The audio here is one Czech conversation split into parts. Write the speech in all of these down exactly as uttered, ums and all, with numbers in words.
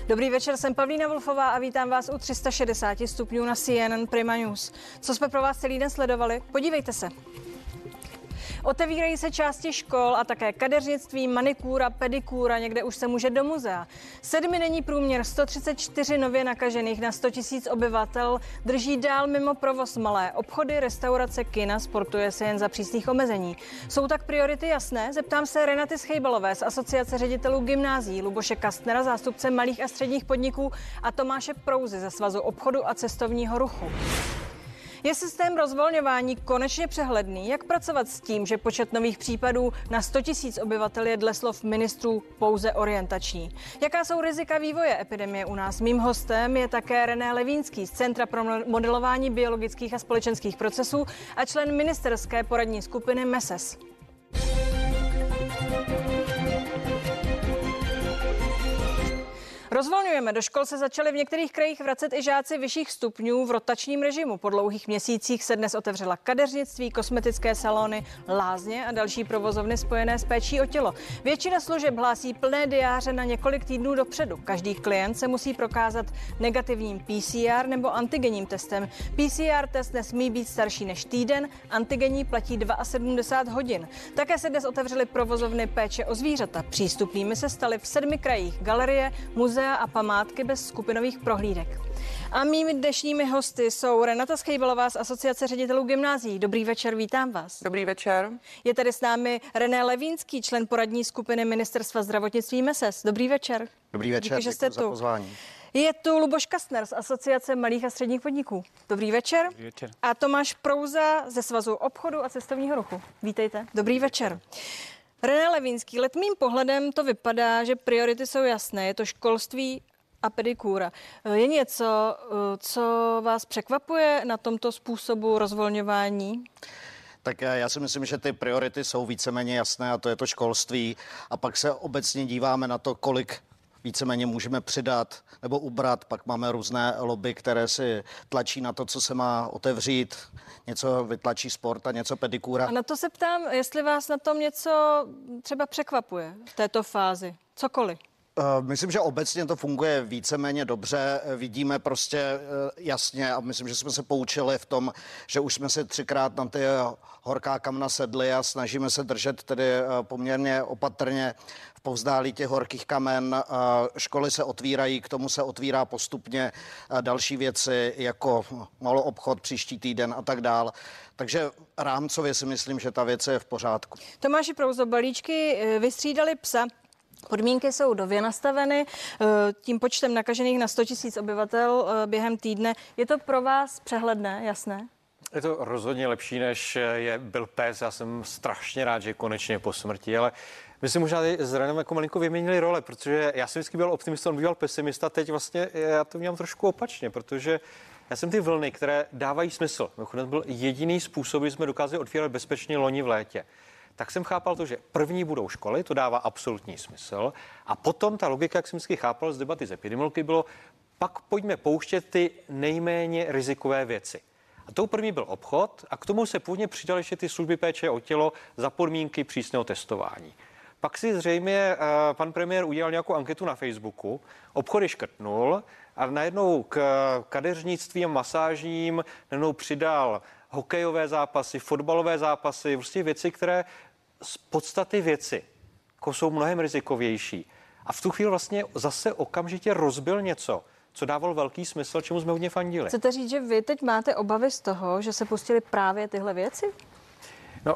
Dobrý večer, jsem Pavlína Wolfová a vítám vás u tři sta šedesát stupňů na C N N Prima News. Co jsme pro vás celý den sledovali? Podívejte se. Otevírají se části škol a také kadeřnictví, manikúra, pedikúra, někde už se může do muzea. Sedmidenní průměr sto třicet čtyři nově nakažených na sto tisíc obyvatel drží dál mimo provoz malé obchody, restaurace, kina, sportuje se jen za přísných omezení. Jsou tak priority jasné? Zeptám se Renaty Schejbalové z Asociace ředitelů gymnázií, Luboše Kastnera, zástupce malých a středních podniků a Tomáše Prouzy ze Svazu obchodu a cestovního ruchu. Je systém rozvolňování konečně přehledný? Jak pracovat s tím, že počet nových případů na sto tisíc obyvatel je dle slov ministrů pouze orientační? Jaká jsou rizika vývoje epidemie u nás? Mým hostem je také René Levínský z Centra pro modelování biologických a společenských procesů a člen ministerské poradní skupiny M E S E S. Rozvolňujeme. Do škol se začaly v některých krajích vracet i žáci vyšších stupňů v rotačním režimu. Po dlouhých měsících se dnes otevřela kadeřnictví, kosmetické salony, lázně a další provozovny spojené s péčí o tělo. Většina služeb hlásí plné diáře na několik týdnů dopředu. Každý klient se musí prokázat negativním P C R nebo antigenním testem. P C R test nesmí být starší než týden, antigenní platí sedmdesát dva hodin. Také se dnes otevřely provozovny péče o zvířata. Přístupnými se staly v sedmi krajích galerie, muzea a památky bez skupinových prohlídek. A mými dnešními hosty jsou Renata Schejbalová z Asociace ředitelů gymnázií. Dobrý večer, vítám vás. Dobrý večer. Je tady s námi René Levínský, člen poradní skupiny Ministerstva zdravotnictví M E S E S. Dobrý večer. Dobrý večer, díky, že jste za pozvání. Je tu Luboš Kastner z Asociace malých a středních podniků. Dobrý večer. Dobrý večer. A Tomáš Prouza ze Svazu obchodu a cestovního ruchu. Vítejte. Dobrý večer. René Levínský, letmým pohledem to vypadá, že priority jsou jasné. Je to školství a pedikúra. Je něco, co vás překvapuje na tomto způsobu rozvolňování? Tak já si myslím, že ty priority jsou víceméně jasné a to je to školství. A pak se obecně díváme na to, kolik víceméně můžeme přidat nebo ubrat. Pak máme různé lobby, které si tlačí na to, co se má otevřít. Něco vytlačí sport a něco pedikúra. A na to se ptám, jestli vás na tom něco třeba překvapuje v této fázi. Cokoliv. Myslím, že obecně to funguje víceméně dobře. Vidíme prostě jasně a myslím, že jsme se poučili v tom, že už jsme si třikrát na ty horká kamna sedli a snažíme se držet tedy poměrně opatrně v povzdálí těch horkých kamen. Školy se otvírají, k tomu se otvírá postupně další věci jako maloobchod příští týden a tak dál. Takže rámcově si myslím, že ta věc je v pořádku. Tomáši Prouzo, balíčky vystřídali psa. Podmínky jsou nově nastaveny tím počtem nakažených na sto tisíc obyvatel během týdne. Je to pro vás přehledné, jasné? Je to rozhodně lepší, než je byl pes. Já jsem strašně rád, že konečně po smrti, ale my si možná s Renem jako malinko vyměnili role, protože já jsem vždycky byl optimista, on býval pesimista, teď vlastně já to vnímám trošku opačně, protože já jsem ty vlny, které dávají smysl. To byl jediný způsob, kdy jsme dokázali otvírat bezpečně loni v létě. Tak jsem chápal to, že první budou školy, to dává absolutní smysl. A potom ta logika, jak jsem vždycky chápal z debaty z epidemiology, bylo, pak pojďme pouštět ty nejméně rizikové věci. A tou první byl obchod a k tomu se původně přidaly ještě ty služby péče o tělo za podmínky přísného testování. Pak si zřejmě uh, pan premiér udělal nějakou anketu na Facebooku, obchody škrtnul a najednou k kadeřnictví a masážním najednou přidal hokejové zápasy, fotbalové zápasy, prostě věci, které z podstaty věci jako jsou mnohem rizikovější. A v tu chvíli vlastně zase okamžitě rozbil něco, co dávalo velký smysl, čemu jsme hodně fandili. Chcete říct, že vy teď máte obavy z toho, že se pustily právě tyhle věci? No,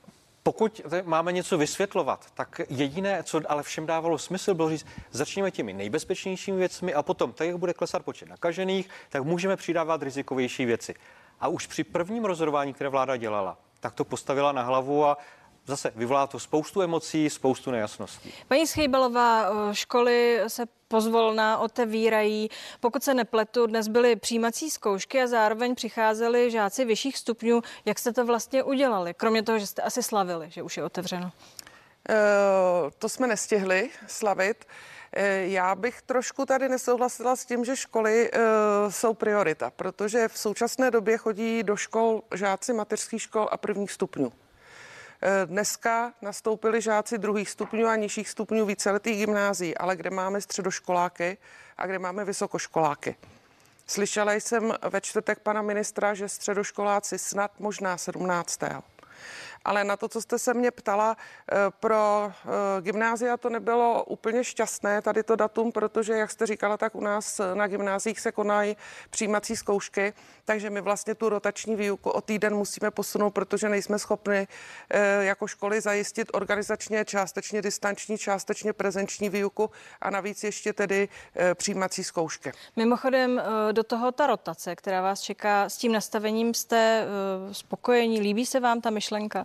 pokud máme něco vysvětlovat, tak jediné, co ale všem dávalo smysl, bylo říct, začněme těmi nejbezpečnějšími věcmi a potom, tak jak bude klesat počet nakažených, tak můžeme přidávat rizikovější věci. A už při prvním rozhodování, které vláda dělala, tak to postavila na hlavu a zase vyvolá to spoustu emocí, spoustu nejasností. Paní Schejbalová, školy se pozvolna otevírají. Pokud se nepletu, dnes byly přijímací zkoušky a zároveň přicházeli žáci vyšších stupňů. Jak jste to vlastně udělali? Kromě toho, že jste asi slavili, že už je otevřeno. E, to jsme nestihli slavit. E, já bych trošku tady nesouhlasila s tím, že školy e, jsou priorita, protože v současné době chodí do škol žáci mateřských škol a prvních stupňů. Dneska nastoupili žáci druhých stupňů a nižších stupňů víceletých gymnázií, ale kde máme středoškoláky a kde máme vysokoškoláky. Slyšela jsem ve čtvrtek pana ministra, že středoškoláci snad možná sedmnáctého Ale na to, co jste se mě ptala, pro gymnázia to nebylo úplně šťastné, tady to datum, protože, jak jste říkala, tak u nás na gymnáziích se konají přijímací zkoušky, takže my vlastně tu rotační výuku o týden musíme posunout, protože nejsme schopni jako školy zajistit organizačně částečně distanční, částečně prezenční výuku a navíc ještě tedy přijímací zkoušky. Mimochodem do toho ta rotace, která vás čeká, s tím nastavením jste spokojení, líbí se vám ta myšlenka?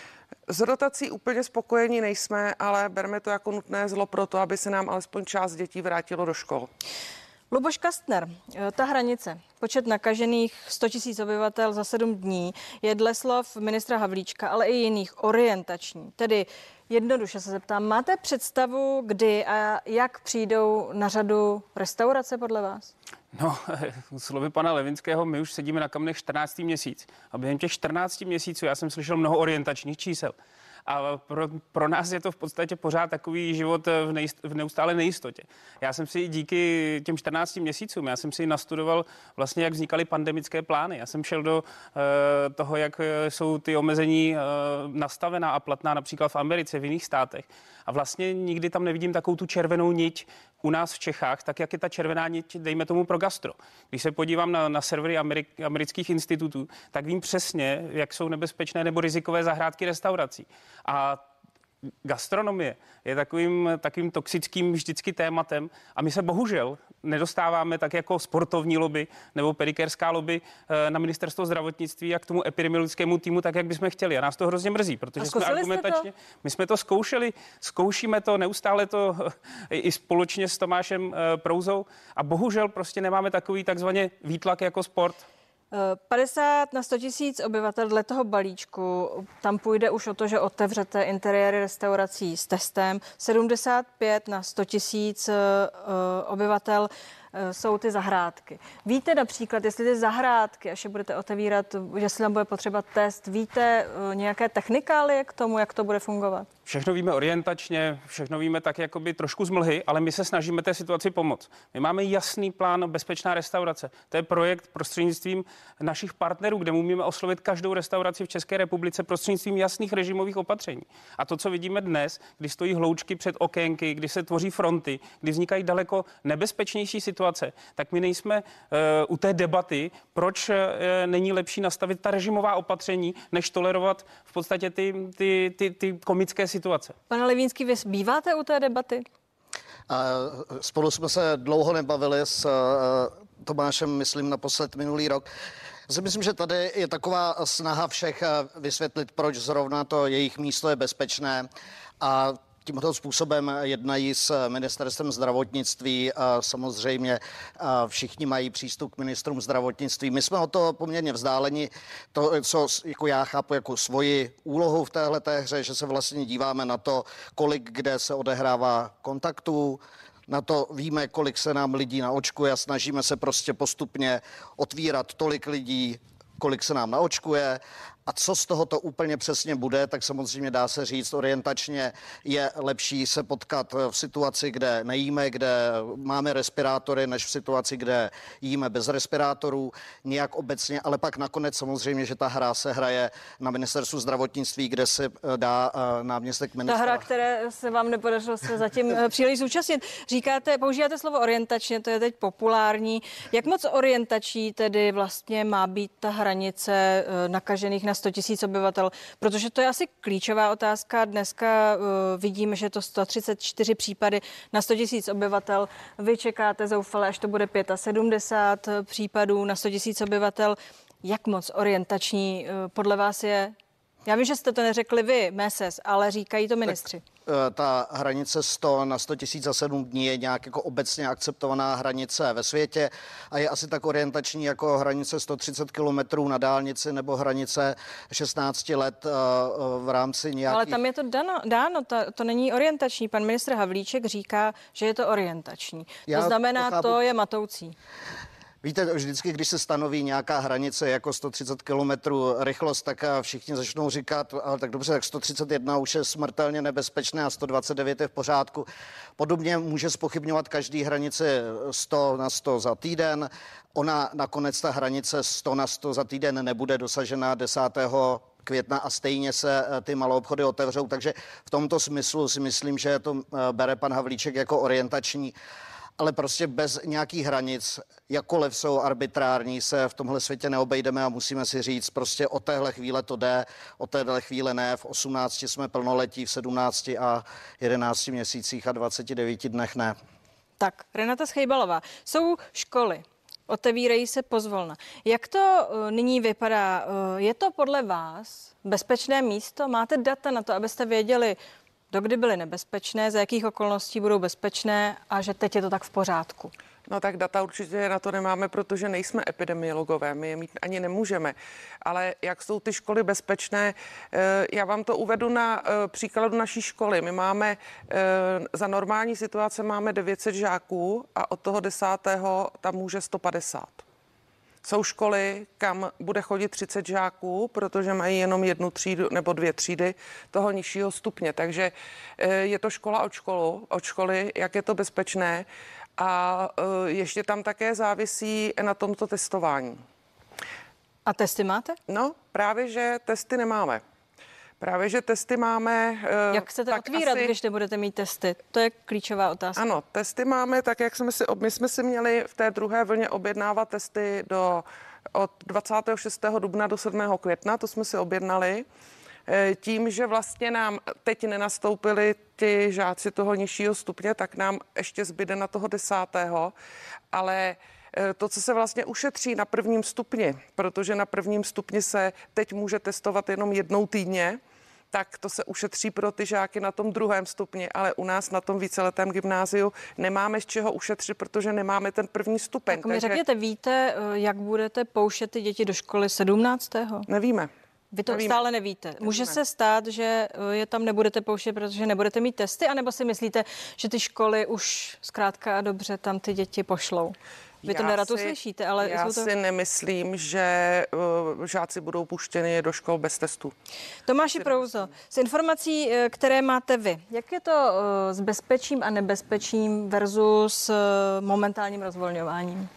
S rotací úplně spokojení nejsme, ale berme to jako nutné zlo pro to, aby se nám alespoň část dětí vrátilo do škol. Luboš Kastner, ta hranice, počet nakažených sto tisíc obyvatel za sedm dní je dle slov ministra Havlíčka, ale i jiných orientační. Tedy jednoduše se zeptám, máte představu, kdy a jak přijdou na řadu restaurace podle vás? No, slovy pana Levínského, my už sedíme na kamenech čtrnáctý měsíc. A během těch čtrnácti měsíců já jsem slyšel mnoho orientačních čísel. A pro, pro nás je to v podstatě pořád takový život v, nejist, v neustále nejistotě. Já jsem si díky těm čtrnácti měsícům, já jsem si nastudoval vlastně, jak vznikaly pandemické plány. Já jsem šel do uh, toho, jak jsou ty omezení uh, nastavená a platná například v Americe, v jiných státech. A vlastně nikdy tam nevidím takovou tu červenou niť u nás v Čechách, tak jak je ta červená niť, dejme tomu, pro gastro. Když se podívám na, na servery amerik, amerických institutů, tak vím přesně, jak jsou nebezpečné nebo rizikové zahrádky restaurací. A gastronomie je takovým, takovým toxickým vždycky tématem a my se bohužel nedostáváme tak jako sportovní lobby nebo pedikérská lobby na ministerstvo zdravotnictví a k tomu epidemiologickému týmu tak, jak bychom chtěli. A nás to hrozně mrzí, protože jsme argumentačně, my jsme to zkoušeli, zkoušíme to, neustále to i společně s Tomášem Prouzou a bohužel prostě nemáme takový takzvaně výtlak jako sport. padesát na sto tisíc obyvatel dle toho balíčku, tam půjde už o to, že otevřete interiéry restaurací s testem. sedmdesát pět na sto tisíc obyvatel jsou ty zahrádky. Víte například, jestli ty zahrádky, až je budete otevírat, jestli tam bude potřeba test, víte nějaké technikálie k tomu, jak to bude fungovat? Všechno víme orientačně, všechno víme tak jakoby trošku z mlhy, ale my se snažíme té situaci pomoct. My máme jasný plán Bezpečná restaurace. To je projekt prostřednictvím našich partnerů, kde umíme oslovit každou restauraci v České republice prostřednictvím jasných režimových opatření. A to, co vidíme dnes, kdy stojí hloučky před okénky, kdy se tvoří fronty, kdy vznikají daleko nebezpečnější situace, tak my nejsme uh, u té debaty, proč uh, není lepší nastavit ta režimová opatření, než tolerovat v podstatě ty, ty, ty, ty komické situace. Situace. Pane Levínský, vy býváte u té debaty? Spolu jsme se dlouho nebavili s Tomášem, myslím, naposled minulý rok. Já si myslím, že tady je taková snaha všech vysvětlit, proč zrovna to jejich místo je bezpečné a tímto způsobem jednají s ministerstvem zdravotnictví a samozřejmě všichni mají přístup k ministrům zdravotnictví. My jsme o to poměrně vzdáleni. To, co jako já chápu jako svoji úlohu v téhleté hře, že se vlastně díváme na to, kolik kde se odehrává kontaktů, na to víme, kolik se nám lidí naočkuje a snažíme se prostě postupně otvírat tolik lidí, kolik se nám naočkuje. A co z toho to úplně přesně bude, tak samozřejmě dá se říct orientačně, je lepší se potkat v situaci, kde nejíme, kde máme respirátory, než v situaci, kde jíme bez respirátorů, nějak obecně, ale pak nakonec samozřejmě, že ta hra se hraje na ministerstvu zdravotnictví, kde se dá náměstek ministra. Ta hra, které se vám nepodařilo se zatím příliš zúčastnit. Říkáte, používáte slovo orientačně, to je teď populární. Jak moc orientační tedy vlastně má být ta hranice nakažených na sto tisíc obyvatel, protože to je asi klíčová otázka. Dneska uh, vidíme, že to sto třicet čtyři případy na sto tisíc obyvatel. Vy čekáte zoufale, až to bude sedmdesát pět případů na sto tisíc obyvatel. Jak moc orientační uh, podle vás je? Já vím, že jste to neřekli vy, Meses, ale říkají to ministři. Tak, ta hranice sto na sto tisíc za sedm dní je nějak jako obecně akceptovaná hranice ve světě a je asi tak orientační jako hranice sto třicet kilometrů na dálnici nebo hranice šestnáct let v rámci nějakých... Ale tam je to dáno, dáno to, to není orientační. Pan ministr Havlíček říká, že je to orientační. To Já znamená, to, chápu, to je matoucí. Víte, vždycky, když se stanoví nějaká hranice jako sto třicet kilometrů rychlost, tak všichni začnou říkat, ale tak dobře, tak sto třicet jedna už je smrtelně nebezpečné a sto dvacet devět je v pořádku. Podobně může zpochybňovat každý hranici sto na sto za týden. Ona nakonec ta hranice sto na sto za týden nebude dosažena desátého května a stejně se ty maloobchody otevřou, takže v tomto smyslu si myslím, že to bere pan Havlíček jako orientační. Ale prostě bez nějakých hranic, jakkoliv jsou arbitrární, se v tomhle světě neobejdeme a musíme si říct, prostě od téhle chvíle to jde, od téhle chvíle ne, v osmnácti jsme plnoletí, v sedmnácti a jedenácti měsících a dvaceti devíti dnech ne. Tak, Renata Schejbalová, jsou školy, otevírají se pozvolna. Jak to uh, nyní vypadá? Uh, je to podle vás bezpečné místo? Máte data na to, abyste věděli, dokdy byly nebezpečné, za jakých okolností budou bezpečné a že teď je to tak v pořádku? No tak data určitě na to nemáme, protože nejsme epidemiologové, my je mít ani nemůžeme. Ale jak jsou ty školy bezpečné, já vám to uvedu na příkladu naší školy. My máme, za normální situace máme devět set žáků a od toho desátého tam může sto padesát. Jsou školy, kam bude chodit třicet žáků, protože mají jenom jednu třídu nebo dvě třídy toho nižšího stupně. Takže je to škola od školu, od školy, jak je to bezpečné. A ještě tam také závisí na tomto testování. A testy máte? No, právě, že testy nemáme. Právě, že testy máme... Jak chcete otvírat, asi... když nebudete mít testy? To je klíčová otázka. Ano, testy máme, tak jak jsme si, my jsme si měli v té druhé vlně objednávat testy do, od dvacátého šestého dubna do sedmého května, to jsme si objednali. Tím, že vlastně nám teď nenastoupili ti žáci toho nižšího stupně, tak nám ještě zbyde na toho desátého, ale to, co se vlastně ušetří na prvním stupni, protože na prvním stupni se teď může testovat jenom jednou týdně, tak to se ušetří pro ty žáky na tom druhém stupni, ale u nás na tom víceletém gymnáziu nemáme z čeho ušetřit, protože nemáme ten první stupeň. Tak mi takže... řekněte, víte, jak budete pouštět ty děti do školy sedmnáctého? Nevíme. Vy to Nevíme. stále nevíte. Může se stát, že je tam nebudete pouštět, protože nebudete mít testy, anebo si myslíte, že ty školy už zkrátka a dobře tam ty děti pošlou? Vy to nerad uslyšíte, ale... Já to... si nemyslím, že uh, žáci budou puštěni do škol bez testů. Tomáši Prouzo, z informací, které máte vy, jak je to uh, s bezpečím a nebezpečím versus uh, momentálním rozvolňováním?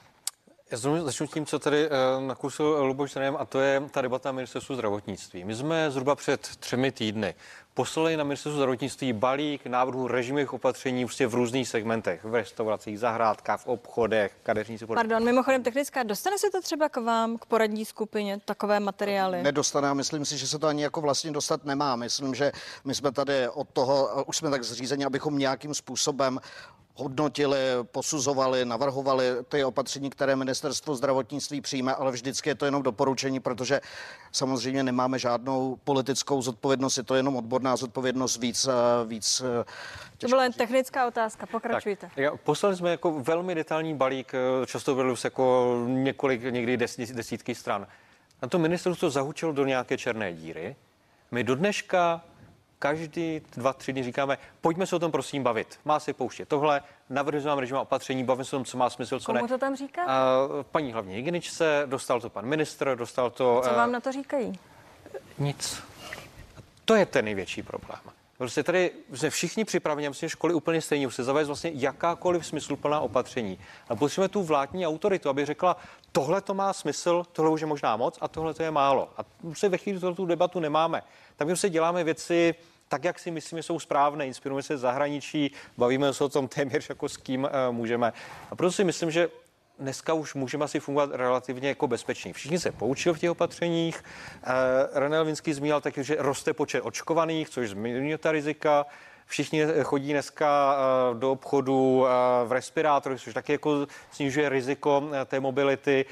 Já znovu začnu tím, co tady uh, nakusil Luboš Renem, a to je ta debata na ministerstvu zdravotnictví. My jsme zhruba před třemi týdny poslali na ministerstvu zdravotnictví balík návrhů režimových opatření prostě v různých segmentech, v restauracích, zahrádkách, v obchodech, kadeřníci. Pardon, mimochodem technická, dostane se to třeba k vám, k poradní skupině, takové materiály? Nedostane a myslím si, že se to ani jako vlastně dostat nemá. Myslím, že my jsme tady od toho, už jsme tak zřízeni, abychom nějakým způsobem hodnotili, posuzovali, navrhovali ty opatření, které ministerstvo zdravotnictví přijme, ale vždycky je to jenom doporučení, protože samozřejmě nemáme žádnou politickou zodpovědnost, je to jenom odborná zodpovědnost víc. víc to byla jen technická otázka, pokračujte. Tak, poslali jsme jako velmi detailní balík, často byl se jako několik, někdy desítky stran. Na to ministerstvo zahučilo do nějaké černé díry. My do dneška každý dva, tři dny říkáme, pojďme se o tom prosím bavit. Má se pouštět tohle, navrhuji vám režim opatření, bavím se o tom, co má smysl, co Komu ne. Komu to tam říká? Uh, paní hlavní hygieničce, dostal to pan ministr, dostal to... A co vám uh, na to říkají? Nic. A to je ten největší problém. Prostě tady jsme všichni připraveni, myslím, školy úplně stejně, už se zavést vlastně jakákoliv smysluplná opatření. A potřebujeme tu vládní autoritu, aby řekla, tohle to má smysl, tohle už je možná moc a tohle to je málo. A už se ve chvíli tu debatu nemáme. Tam už se děláme věci tak, jak si myslíme, jsou správné, inspirujeme se zahraničí, bavíme se o tom téměř jako s kým uh, můžeme. A proto si myslím, že dneska už můžeme asi fungovat relativně jako bezpečně. Všichni se poučili v těch opatřeních. Uh, René Lvinský zmínil taky, že roste počet očkovaných, což zmínil ta rizika. Všichni chodí dneska uh, do obchodu uh, v respirátorech, což taky jako snižuje riziko uh, té mobility.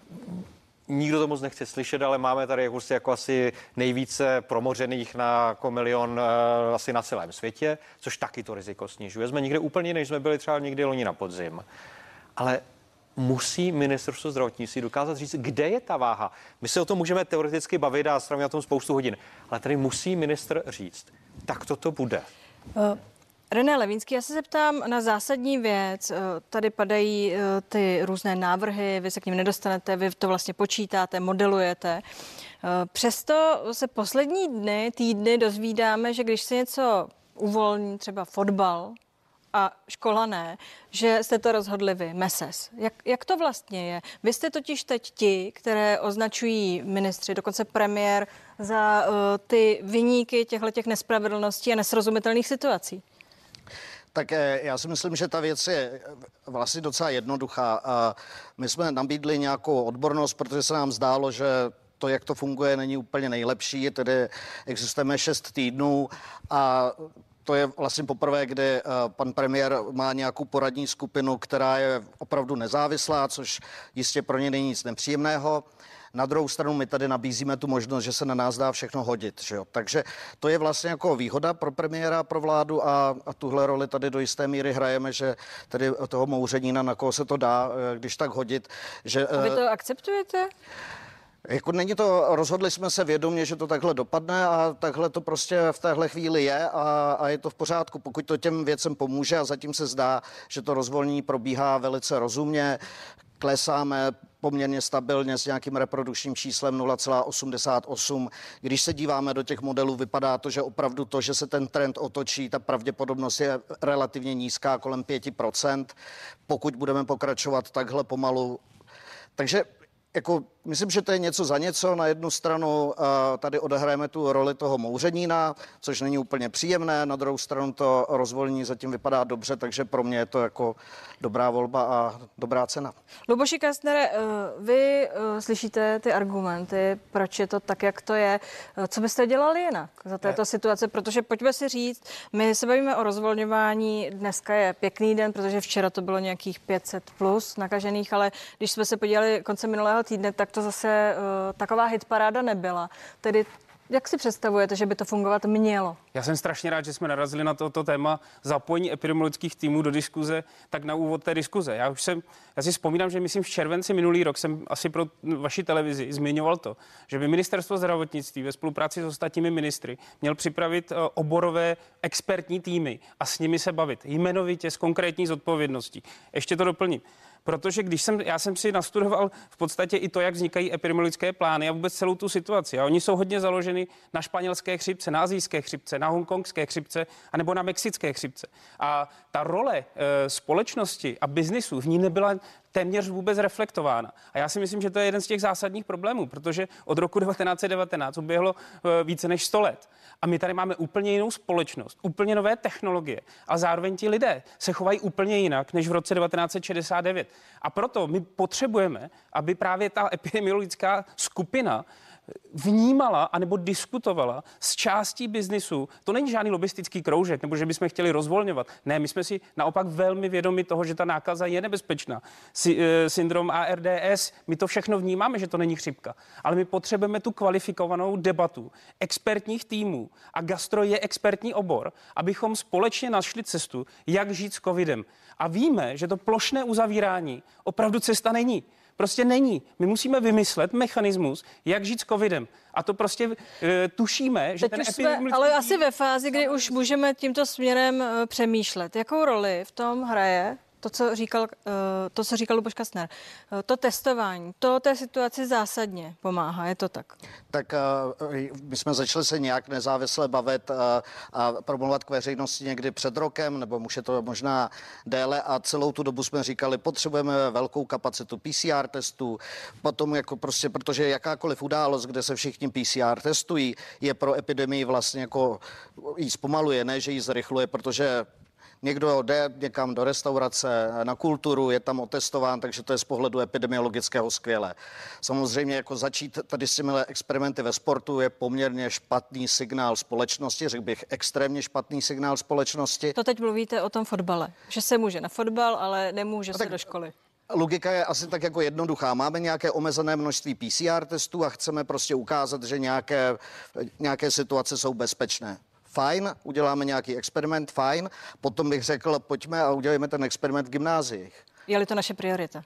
Nikdo to moc nechce slyšet, ale máme tady jako, jako asi nejvíce promořených na jako milion uh, asi na celém světě, což taky to riziko snižuje. Jsme někde úplně, než jsme byli třeba někdy loni na podzim. Ale musí ministerstvo zdravotnictví dokázat říct, kde je ta váha. My se o tom můžeme teoreticky bavit a strávíme na tom spoustu hodin, ale tady musí ministr říct, tak toto bude. Uh. René Levínský, já se zeptám na zásadní věc. Tady padají ty různé návrhy, vy se k nim nedostanete, vy to vlastně počítáte, modelujete. Přesto se poslední dny, týdny dozvídáme, že když se něco uvolní, třeba fotbal a škola ne, že jste to rozhodli vy, Meses. Jak, jak to vlastně je? Vy jste totiž teď ti, které označují ministři, dokonce premiér, za uh, ty viníky těchto nespravedlností a nesrozumitelných situací. Tak já si myslím, že ta věc je vlastně docela jednoduchá. My jsme nabídli nějakou odbornost, protože se nám zdálo, že to, jak to funguje, není úplně nejlepší. Tedy existujeme šest týdnů a to je vlastně poprvé, kdy pan premiér má nějakou poradní skupinu, která je opravdu nezávislá, což jistě pro ně není nic nepříjemného. Na druhou stranu my tady nabízíme tu možnost, že se na nás dá všechno hodit. Že jo? Takže to je vlastně jako výhoda pro premiéra, pro vládu a, a tuhle roli tady do jisté míry hrajeme, že tady toho mouřenína, na koho se to dá, když tak hodit. Že, a vy to akceptujete? Jako není to, rozhodli jsme se vědomě, že to takhle dopadne a takhle to prostě v téhle chvíli je a, a je to v pořádku. Pokud to těm věcem pomůže a zatím se zdá, že to rozvolnění probíhá velice rozumně, klesáme poměrně stabilně s nějakým reprodukčním číslem nula celá osmdesát osm. Když se díváme do těch modelů, vypadá to, že opravdu to, že se ten trend otočí, ta pravděpodobnost je relativně nízká, kolem pět procent, pokud budeme pokračovat takhle pomalu. Takže jako, myslím, že to je něco za něco. Na jednu stranu uh, tady odehrajeme tu roli toho mouřenína, což není úplně příjemné. Na druhou stranu to rozvolnění zatím vypadá dobře, takže pro mě je to jako dobrá volba a dobrá cena. Luboši Kastnere, uh, vy uh, slyšíte ty argumenty, proč je to tak, jak to je. Uh, co byste dělali jinak za této je. situace? Protože pojďme si říct, my se bavíme o rozvolňování. Dneska je pěkný den, protože včera to bylo nějakých pět set plus nakažených, ale když jsme se podívali konce minulého týdne, tak to zase uh, taková hitparáda nebyla. Tedy jak si představujete, že by to fungovat mělo? Já jsem strašně rád, že jsme narazili na toto téma zapojení epidemiologických týmů do diskuze, tak na úvod té diskuze. Já už jsem, já si vzpomínám, že myslím v červenci minulý rok jsem asi pro vaši televizi zmiňoval to, že by ministerstvo zdravotnictví ve spolupráci s ostatními ministry měl připravit oborové expertní týmy a s nimi se bavit jmenovitě s konkrétní zodpovědností. Ještě to doplním. Protože když jsem, já jsem si nastudoval v podstatě i to, jak vznikají epidemiologické plány a vůbec celou tu situaci. A oni jsou hodně založeny na španělské chřipce, na asijské chřipce, na hongkongské chřipce anebo na mexické chřipce. A ta role e, společnosti a biznisu v ní nebyla téměř vůbec reflektována. A já si myslím, že to je jeden z těch zásadních problémů, protože od roku devatenáct set devatenáct uběhlo e, více než sto let. A my tady máme úplně jinou společnost, úplně nové technologie a zároveň ti lidé se chovají úplně jinak než v roce devatenáct set šedesát devět. A proto my potřebujeme, aby právě ta epidemiologická skupina vnímala anebo diskutovala s částí biznisu. To není žádný lobistický kroužek, nebo že bychom chtěli rozvolňovat. Ne, my jsme si naopak velmi vědomi toho, že ta nákaza je nebezpečná. Sy- syndrom A R D S, my to všechno vnímáme, že to není chřipka. Ale my potřebujeme tu kvalifikovanou debatu expertních týmů a gastro je expertní obor, abychom společně našli cestu, jak žít s covidem. A víme, že to plošné uzavírání opravdu cesta není. Prostě není. My musíme vymyslet mechanismus, jak žít s covidem. A to prostě e, tušíme, že Teď ten epidemiologický... Ale asi ve fázi, kdy už můžeme tímto směrem e, přemýšlet. Jakou roli v tom hraje to, co říkal, e, to, co říkal Luboš Kastner? E, to testování, to té situaci zásadně pomáhá, je to tak? Tak uh, my jsme začali se nějak nezávisle bavit uh, a promluvat k veřejnosti někdy před rokem, nebo už je to možná déle a celou tu dobu jsme říkali, potřebujeme velkou kapacitu P C R testů, potom jako prostě, protože jakákoliv událost, kde se všichni P C R testují, je pro epidemii vlastně jako jí zpomaluje, ne, že ji zrychluje, protože někdo jde někam do restaurace, na kulturu, je tam otestován, takže to je z pohledu epidemiologického skvělé. Samozřejmě jako začít tady s těmi experimenty ve sportu je poměrně špatný signál společnosti, řekl bych extrémně špatný signál společnosti. To teď mluvíte o tom fotbale, že se může na fotbal, ale nemůže no se do školy. Logika je asi tak jako jednoduchá. Máme nějaké omezené množství P C R testů a chceme prostě ukázat, že nějaké, nějaké situace jsou bezpečné. Fajn, uděláme nějaký experiment, fajn. Potom bych řekl, pojďme a udělejme ten experiment v gymnáziích. Je-li to naše priorita?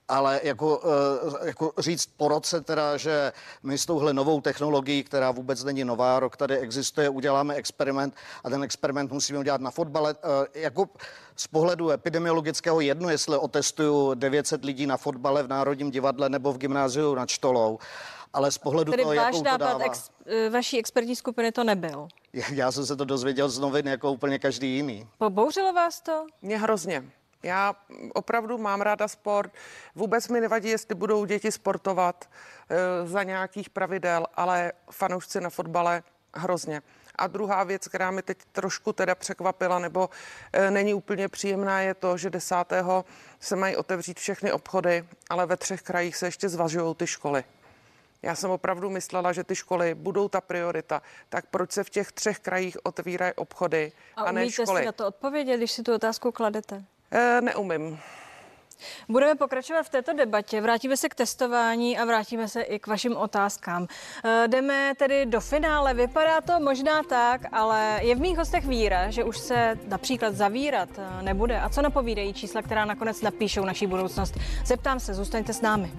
ale jako, jako říct po roce teda, že my s touhle novou technologií, která vůbec není nová, rok tady existuje, uděláme experiment a ten experiment musíme udělat na fotbale. Jako z pohledu epidemiologického jedno, jestli otestuju devět set lidí na fotbale v Národním divadle nebo v gymnáziu nad Štolou, ale z pohledu Tedy toho, váš jakou to nápad dává. Ex, vaší expertní skupiny to nebyl. Já jsem se to dozvěděl z novin jako úplně každý jiný. Pobouřilo vás to? Mě hrozně. Já opravdu mám ráda sport. Vůbec mi nevadí, jestli budou děti sportovat e, za nějakých pravidel, ale fanoušci na fotbale hrozně. A druhá věc, která mi teď trošku teda překvapila, nebo e, není úplně příjemná, je to, že desátého se mají otevřít všechny obchody, ale ve třech krajích se ještě zvažují ty školy. Já jsem opravdu myslela, že ty školy budou ta priorita. Tak proč se v těch třech krajích otevírají obchody a, a ne školy? A umíte si na to odpovědět, když si tu otázku kladete? E, neumím. Budeme pokračovat v této debatě, vrátíme se k testování a vrátíme se i k vašim otázkám. E, jdeme tedy do finále, vypadá to možná tak, ale je v mých hostech víra, že už se například zavírat nebude. A co napovídají čísla, která nakonec napíšou naší budoucnost? Zeptám se, zůstaňte s námi.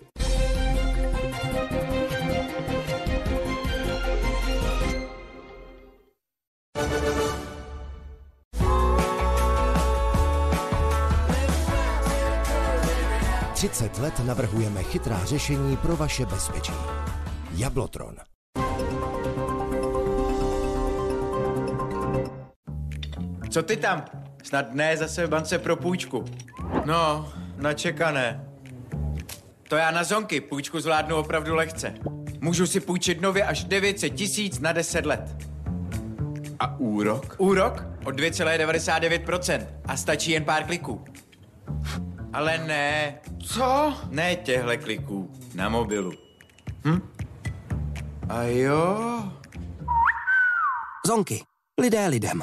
třicet let navrhujeme chytrá řešení pro vaše bezpečí. Jablotron. Co ty tam? Snad ne zase v bance pro půjčku. No, načekané. To já na zonky půjčku zvládnu opravdu lehce. Můžu si půjčit nově až devět set tisíc na deset let. A úrok? Úrok od dvě celá devadesát devět procent a stačí jen pár kliků. Ale ne. Co? Ne těhle kliků. Na mobilu. Hm? A jo? Zonky. Lidé lidem.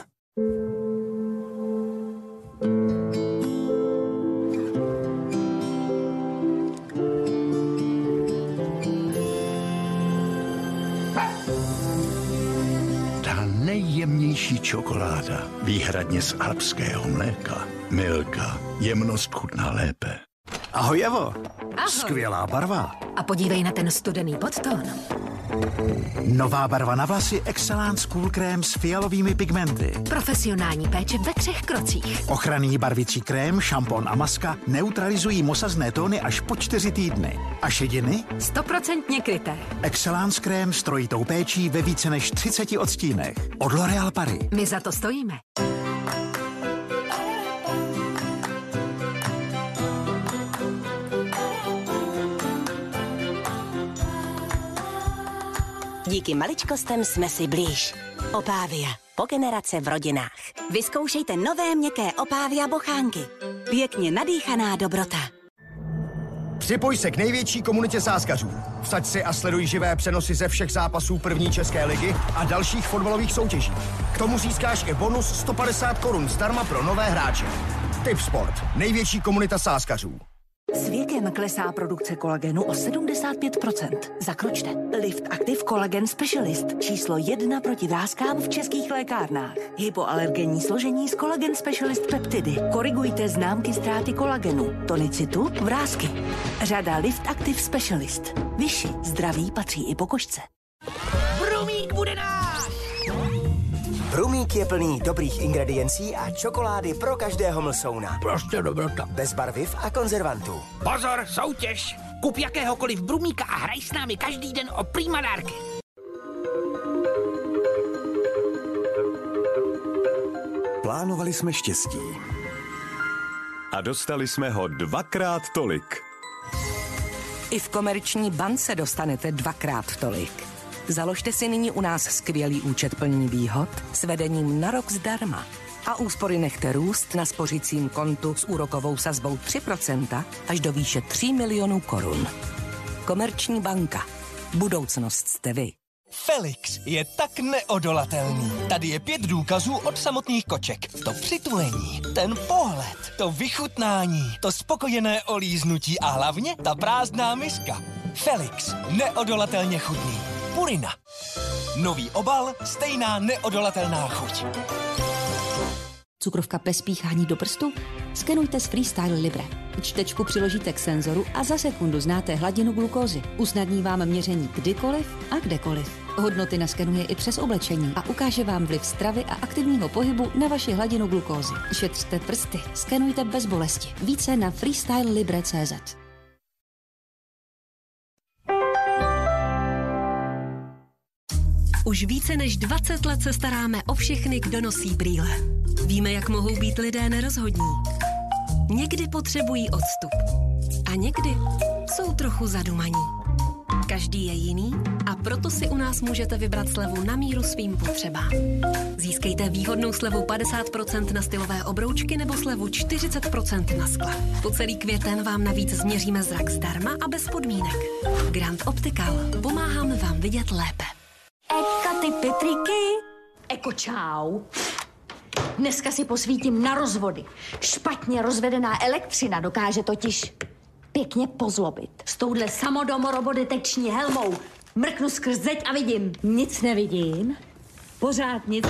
Ta nejjemnější čokoláda, výhradně z alpského mléka. Milka. Jemnost chutná lépe. Ahoj, Evo. Ahoj. Skvělá barva. A podívej na ten studený podtón. Nová barva na vlasy Excellence Cool Krém s fialovými pigmenty. Profesionální péče ve třech krocích. Ochranný barvicí krém, šampon a maska neutralizují mosazné tóny až po čtyři týdny. A šediny? Stoprocentně kryté. Excellence Krém s trojitou péčí ve více než třiceti odstínech. Od L'Oréal Paris. My za to stojíme. Díky maličkostem jsme si blíž. Opavia. Po generace v rodinách. Vyzkoušejte nové měkké Opavia bochánky. Pěkně nadýchaná dobrota. Připoj se k největší komunitě sázkařů. Vsaď si a sleduj živé přenosy ze všech zápasů první české ligy a dalších fotbalových soutěží. K tomu získáš i bonus sto padesát korun zdarma pro nové hráče. Tipsport. Největší komunita sázkařů. S věkem klesá produkce kolagenu o sedmdesát pět procent. Zakročte. Lift Active Collagen Specialist. Číslo jedna proti vráskám v českých lékárnách. Hypoalergenní složení z Collagen Specialist peptidy. Korigujte známky ztráty kolagenu, tonicitu, vrásky. Řada Lift Active Specialist. Vyši zdraví patří i po košce. Brumík bude náš! Brumík je plný dobrých ingrediencí a čokolády pro každého mlsouna. Prostě dobrota. Bez barviv a konzervantů. Pozor, soutěž! Kup jakéhokoliv Brumíka a hraj s námi každý den o prima dárky. Plánovali jsme štěstí. A dostali jsme ho dvakrát tolik. I v Komerční bance dostanete dvakrát tolik. Založte si nyní u nás skvělý účet plný výhod s vedením na rok zdarma. A úspory nechte růst na spořicím kontu s úrokovou sazbou tři procenta až do výše tří milionů korun. Komerční banka. Budoucnost jste vy. Felix je tak neodolatelný. Tady je pět důkazů od samotných koček. To přitulení, ten pohled, to vychutnání, to spokojené olíznutí a hlavně ta prázdná miska. Felix, neodolatelně chutný. Purina. Nový obal, stejná neodolatelná chuť. Cukrovka bez píchání do prstu? Skenujte s Freestyle Libre. Čtečku přiložíte k senzoru a za sekundu znáte hladinu glukózy. Usnadní vám měření kdykoliv a kdekoliv. Hodnoty naskenuje i přes oblečení a ukáže vám vliv stravy a aktivního pohybu na vaši hladinu glukózy. Šetřte prsty, skenujte bez bolesti. Více na freestyle libre tečka cé zet. Už více než dvacet let se staráme o všechny, kdo nosí brýle. Víme, jak mohou být lidé nerozhodní. Někdy potřebují odstup. A někdy jsou trochu zadumaní. Každý je jiný a proto si u nás můžete vybrat slevu na míru svým potřebám. Získejte výhodnou slevu padesát procent na stylové obroučky nebo slevu čtyřicet procent na skla. Po celý květen vám navíc změříme zrak zdarma a bez podmínek. Grand Optical. Pomáháme vám vidět lépe. Eka ty Petriky. Eko čau. Dneska si posvítím na rozvody. Špatně rozvedená elektřina dokáže totiž pěkně pozlobit. S touhle samodomorobodetekční helmou mrknu skrz zeď a vidím. Nic nevidím. Pořád nic.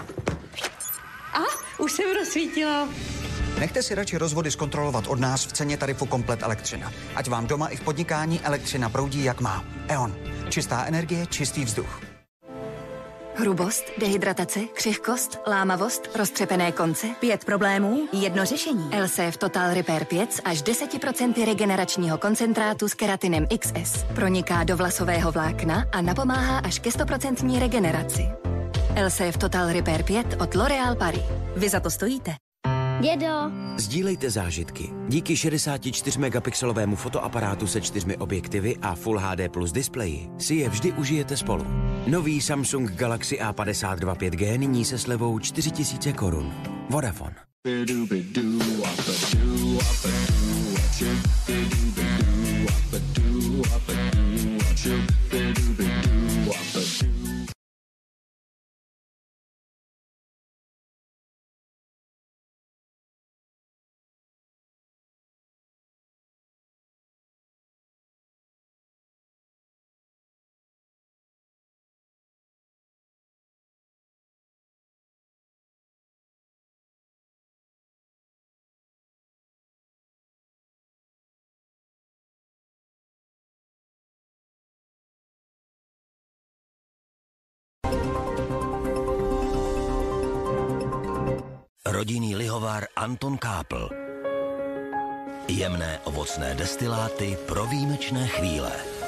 A už jsem rozsvítila. Nechte si radši rozvody zkontrolovat od nás v ceně tarifu Komplet elektřina. Ať vám doma i v podnikání elektřina proudí jak má. E O N. Čistá energie, čistý vzduch. Hrubost, dehydratace, křehkost, lámavost, roztřepené konce, pět problémů, jedno řešení. L C F Total Repair pět až deset procent regeneračního koncentrátu s keratinem X S. Proniká do vlasového vlákna a napomáhá až ke sto procent regeneraci. L C F Total Repair pět od L'Oréal Paris. Vy za to stojíte. Dědo. Sdílejte zážitky. Díky šedesáti čtyř megapixelovému fotoaparátu se čtyřmi objektivy a Full H D plus displeji si je vždy užijete spolu. Nový Samsung Galaxy A padesát dva pět G nyní se slevou čtyři tisíce korun. Vodafone. Rodinný lihovar Anton Kápl. Jemné ovocné destiláty pro výjimečné chvíle.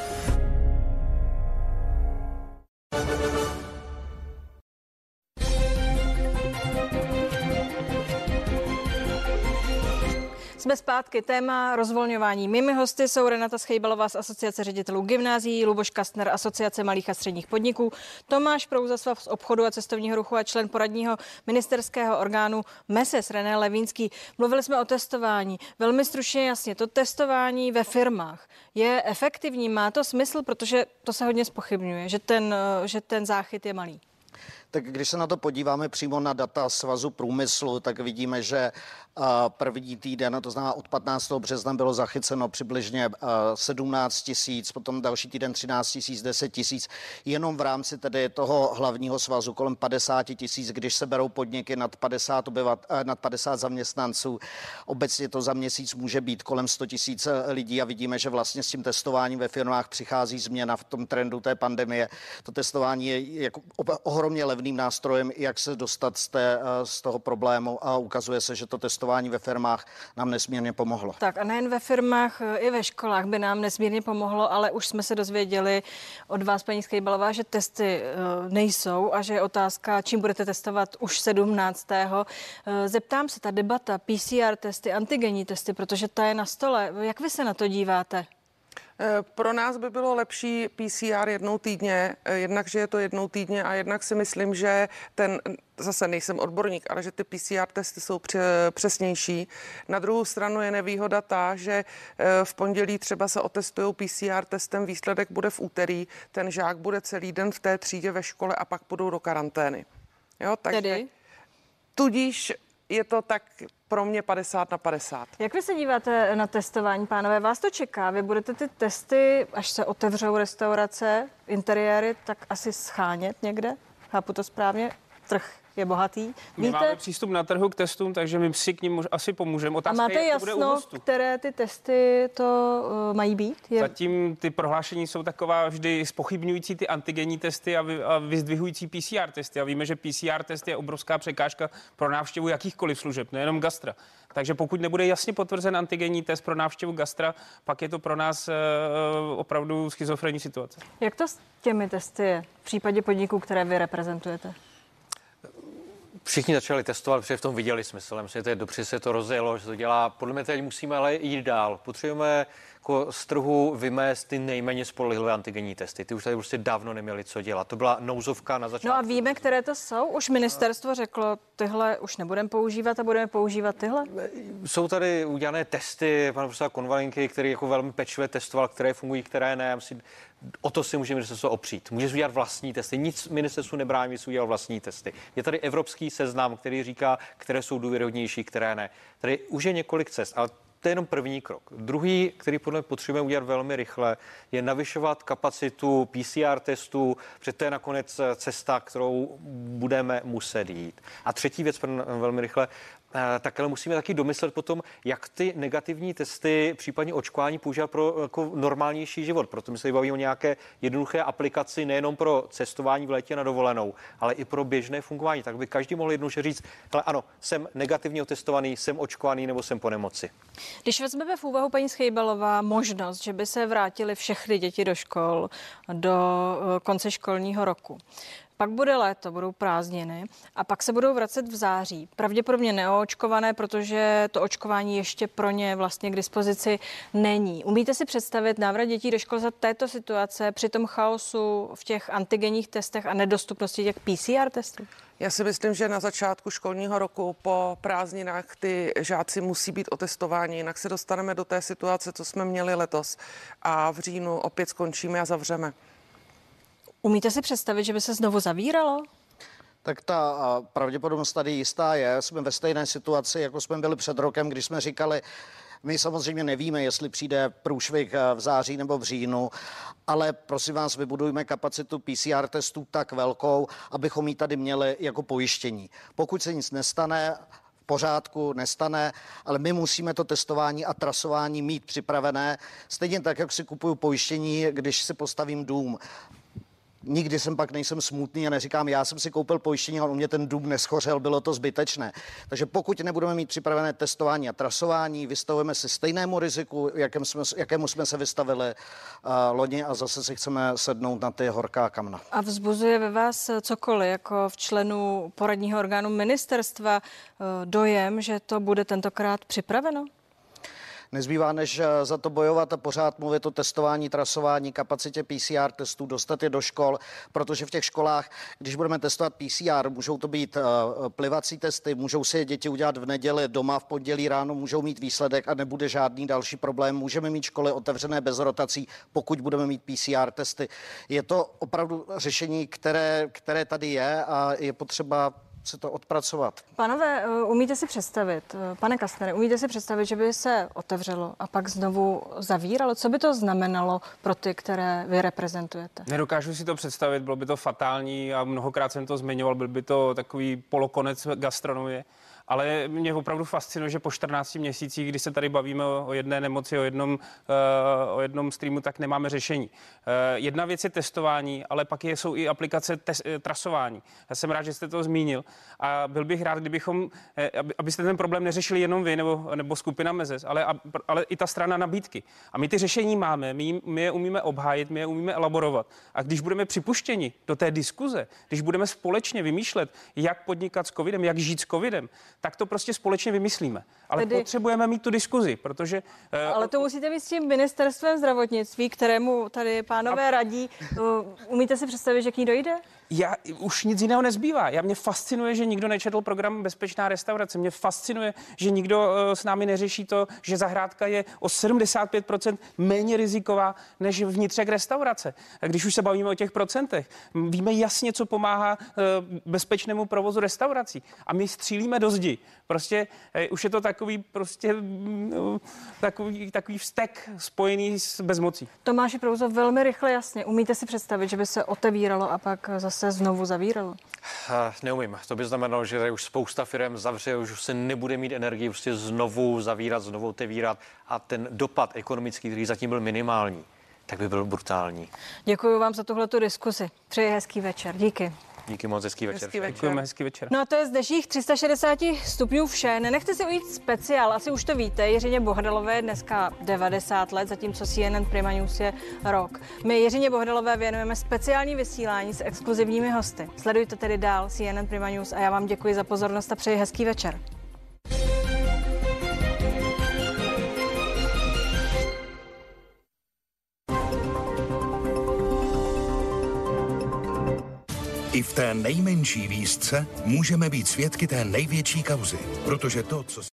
Jsme zpátky. Téma rozvolňování. Mými hosty jsou Renata Schejbalová z Asociace ředitelů gymnázií, Luboš Kastner, Asociace malých a středních podniků, Tomáš Prouzaslav z obchodu a cestovního ruchu a člen poradního ministerského orgánu MESES René Levínský. Mluvili jsme o testování. Velmi stručně jasně, to testování ve firmách je efektivní, má to smysl, protože to se hodně zpochybňuje, že ten, že ten záchyt je malý. Tak když se na to podíváme přímo na data Svazu průmyslu, tak vidíme, že první týden, to znamená od patnáctého března, bylo zachyceno přibližně sedmnáct tisíc, potom další týden třináct tisíc, deset tisíc. Jenom v rámci tedy toho hlavního svazu kolem padesát tisíc, když se berou podniky nad padesát, obyvat, nad padesát zaměstnanců. Obecně to za měsíc může být kolem sto tisíc lidí a vidíme, že vlastně s tím testováním ve firmách přichází změna v tom trendu té pandemie. To testování je jako ohromně levným nástrojem, jak se dostat z, té, z toho problému a ukazuje se, že to testování ve firmách nám nesmírně pomohlo. Tak a nejen ve firmách, i ve školách by nám nesmírně pomohlo, ale už jsme se dozvěděli od vás, paní Schejbalová, že testy nejsou a že je otázka, čím budete testovat už sedmnáctého Zeptám se, ta debata, P C R testy, antigenní testy, protože ta je na stole. Jak vy se na to díváte? Pro nás by bylo lepší P C R jednou týdně, jednak, že je to jednou týdně a jednak si myslím, že ten, zase nejsem odborník, ale že ty P C R testy jsou přesnější. Na druhou stranu je nevýhoda ta, že v pondělí třeba se otestují P C R testem, výsledek bude v úterý, ten žák bude celý den v té třídě ve škole a pak půjdou do karantény. Jo, takže Tedy? Tudíž je to tak pro mě padesát na padesát. Jak vy se díváte na testování, pánové? Vás to čeká? Vy budete ty testy, až se otevřou restaurace, interiéry, tak asi schánět někde? Chápu to správně? Trh je bohatý. My Víte, máme přístup na trhu k testům, takže my si k nim mož- asi pomůžeme. a Otázka máte je, jak to bude u jasno, hostů. které ty testy to uh, mají být? Je... Zatím ty prohlášení jsou taková vždy zpochybňující ty antigenní testy a, vy, a vyzdvihující P C R testy. A víme, že P C R test je obrovská překážka pro návštěvu jakýchkoliv služeb, nejenom gastra. Takže pokud nebude jasně potvrzen antigenní test pro návštěvu gastra, pak je to pro nás uh, opravdu schizofrenní situace. Jak to s těmi testy je v případě podniků, které vy reprezentujete? Všichni začali testovat, protože v tom viděli smysl. Myslím, že to je dobře, že se to rozjelo, že to dělá. Podle mě teď musíme ale jít dál. Potřebujeme jako z trhu vymést ty nejméně spolehlivé antigenní testy. Ty už tady prostě dávno neměli co dělat. To byla nouzovka na začátku. No a víme, které to jsou? Už ministerstvo řeklo, tyhle už nebudeme používat a budeme používat tyhle? Jsou tady udělané testy, pan profesor Konvalinky, který jako velmi pečlivě testoval, které fungují, které ne. Já myslím, o to si může ministerstvo opřít. Může udělat vlastní testy. Nic ministerstvu nebrání, si udělat vlastní testy. Je tady evropský seznam, který říká, které jsou důvěryhodnější, které ne. Tady už je několik cest, ale to je jenom první krok. Druhý, který podle mě potřebujeme udělat velmi rychle, je navyšovat kapacitu P C R testů, protože to je nakonec cesta, kterou budeme muset jít. A třetí věc, velmi rychle, tak ale musíme taky domyslet potom, jak ty negativní testy, případně očkování používat pro jako normálnější život. Proto my se bavíme o nějaké jednoduché aplikaci nejenom pro cestování v létě na dovolenou, ale i pro běžné fungování. Tak by každý mohl jednoduše říct, ale ano, jsem negativně otestovaný, jsem očkovaný nebo jsem po nemoci. Když vezmeme v úvahu, paní Schejbalová, možnost, že by se vrátily všechny děti do škol do konce školního roku, pak bude léto, budou prázdniny a pak se budou vracet v září. Pravděpodobně neoočkované, protože to očkování ještě pro ně vlastně k dispozici není. Umíte si představit návrat dětí do škol za této situace při tom chaosu v těch antigenních testech a nedostupnosti těch P C R testů? Já si myslím, že na začátku školního roku po prázdninách ty žáci musí být otestováni, jinak se dostaneme do té situace, co jsme měli letos a v říjnu opět skončíme a zavřeme. Umíte si představit, že by se znovu zavíralo? Tak ta pravděpodobnost tady jistá je. Jsme ve stejné situaci, jako jsme byli před rokem, když jsme říkali, my samozřejmě nevíme, jestli přijde průšvih v září nebo v říjnu, ale prosím vás, vybudujme kapacitu P C R testů tak velkou, abychom ji tady měli jako pojištění. Pokud se nic nestane, v pořádku, nestane, ale my musíme to testování a trasování mít připravené, stejně tak, jak si kupuju pojištění, když si postavím dům. Nikdy jsem pak nejsem smutný a neříkám, já jsem si koupil pojištění, ale u mě ten dům neschořel, bylo to zbytečné. Takže pokud nebudeme mít připravené testování a trasování, vystavujeme se stejnému riziku, jakém jsme, jakému jsme se vystavili uh, loni a zase si chceme sednout na ty horká kamna. A vzbuzuje ve vás cokoliv, jako v členu poradního orgánu ministerstva, uh, dojem, že to bude tentokrát připraveno? Nezbývá, než za to bojovat a pořád mluvit o testování, trasování, kapacitě P C R testů, dostat je do škol, protože v těch školách, když budeme testovat P C R, můžou to být uh, plivací testy, můžou si je děti udělat v neděli, doma v pondělí ráno, můžou mít výsledek a nebude žádný další problém. Můžeme mít školy otevřené bez rotací, pokud budeme mít P C R testy. Je to opravdu řešení, které, které tady je a je potřeba se to odpracovat. Pánové, umíte si představit, pane Kastnere, umíte si představit, že by se otevřelo a pak znovu zavíralo? Co by to znamenalo pro ty, které vy reprezentujete? Nedokážu si to představit, bylo by to fatální a mnohokrát jsem to zmiňoval, byl by to takový polokonec gastronomie. Ale mě opravdu fascinuje, že po čtrnácti měsících, kdy se tady bavíme o jedné nemoci, o jednom, uh, o jednom streamu, tak nemáme řešení. Uh, jedna věc je testování, ale pak je, jsou i aplikace tes, trasování. Já jsem rád, že jste to zmínil a byl bych rád, kdybychom, aby, abyste ten problém neřešili jenom vy nebo, nebo skupina Mezes, ale, ale i ta strana nabídky. A my ty řešení máme, my, my je umíme obhájit, my je umíme elaborovat. A když budeme připuštěni do té diskuze, když budeme společně vymýšlet, jak podnikat s covidem, jak žít s covidem, tak to prostě společně vymyslíme. Ale Tedy... potřebujeme mít tu diskuzi, protože... Ale to musíte mít s tím ministerstvem zdravotnictví, kterému tady pánové a... radí. Umíte si představit, že k ní dojde? Já, už nic jiného nezbývá. Já mě fascinuje, že nikdo nečetl program Bezpečná restaurace. Mě fascinuje, že nikdo uh, s námi neřeší to, že zahrádka je o sedmdesát pět procent méně riziková než vnitřek restaurace. A když už se bavíme o těch procentech, víme jasně, co pomáhá uh, bezpečnému provozu restaurací. A my střílíme do zdi. Prostě uh, už je to takový prostě uh, takový, takový vztek spojený s bezmocí. Tomáši Prouzo, velmi rychle jasně. Umíte si představit, že by se otevíralo a pak zase zase znovu zavíralo? Neumím. To by znamenalo, že už spousta firm zavře, už se nebude mít energii prostě znovu zavírat, znovu otevírat a ten dopad ekonomický, který zatím byl minimální, tak by byl brutální. Děkuji vám za tuhletu diskusi. Přeji hezký večer. Díky. Díky moc, hezký večer. Hezký večer. Děkujeme, hezký večer. No a to je z dnešních tři sta šedesát stupňů vše. Nenechte si ujít speciál, asi už to víte. Jiřině Bohdalové je dneska devadesát let, zatímco C N N Prima News je rok. My Jiřině Bohdalové věnujeme speciální vysílání s exkluzivními hosty. Sledujte tedy dál C N N Prima News a já vám děkuji za pozornost a přeji hezký večer. I v té nejmenší výzce můžeme být svědky té největší kauzy, protože to, co